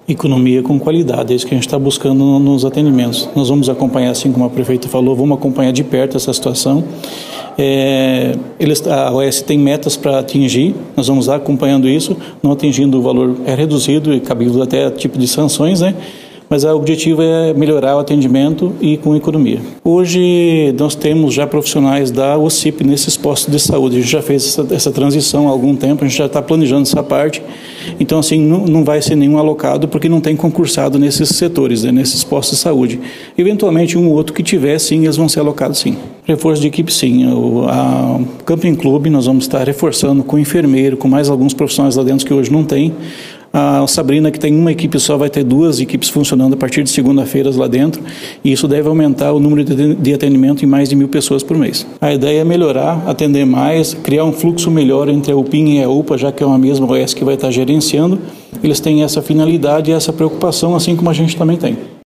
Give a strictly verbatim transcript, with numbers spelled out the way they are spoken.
Economia com qualidade, é isso que a gente está buscando nos atendimentos. Nós vamos acompanhar, assim como a prefeita falou, vamos acompanhar de perto essa situação. É, eles, a O S tem metas para atingir, nós vamos lá acompanhando isso, não atingindo o valor é reduzido e cabível até tipo de sanções, né? Mas o objetivo é melhorar o atendimento e com economia. Hoje nós temos já profissionais da O C I P nesses postos de saúde, a gente já fez essa, essa transição há algum tempo, a gente já está planejando essa parte, então assim, não, não vai ser nenhum alocado porque não tem concursado nesses setores, né, nesses postos de saúde. Eventualmente um ou outro que tiver, sim, eles vão ser alocados sim. Reforço de equipe sim, o a Camping Clube nós vamos estar reforçando com enfermeiro, com mais alguns profissionais lá dentro que hoje não tem. A Sabrina, que tem uma equipe só, vai ter duas equipes funcionando a partir de segunda-feiras lá dentro, e isso deve aumentar o número de atendimento em mais de mil pessoas por mês. A ideia é melhorar, atender mais, criar um fluxo melhor entre a U P I M e a U P A, já que é uma mesma O S que vai estar gerenciando. Eles têm essa finalidade e essa preocupação, assim como a gente também tem.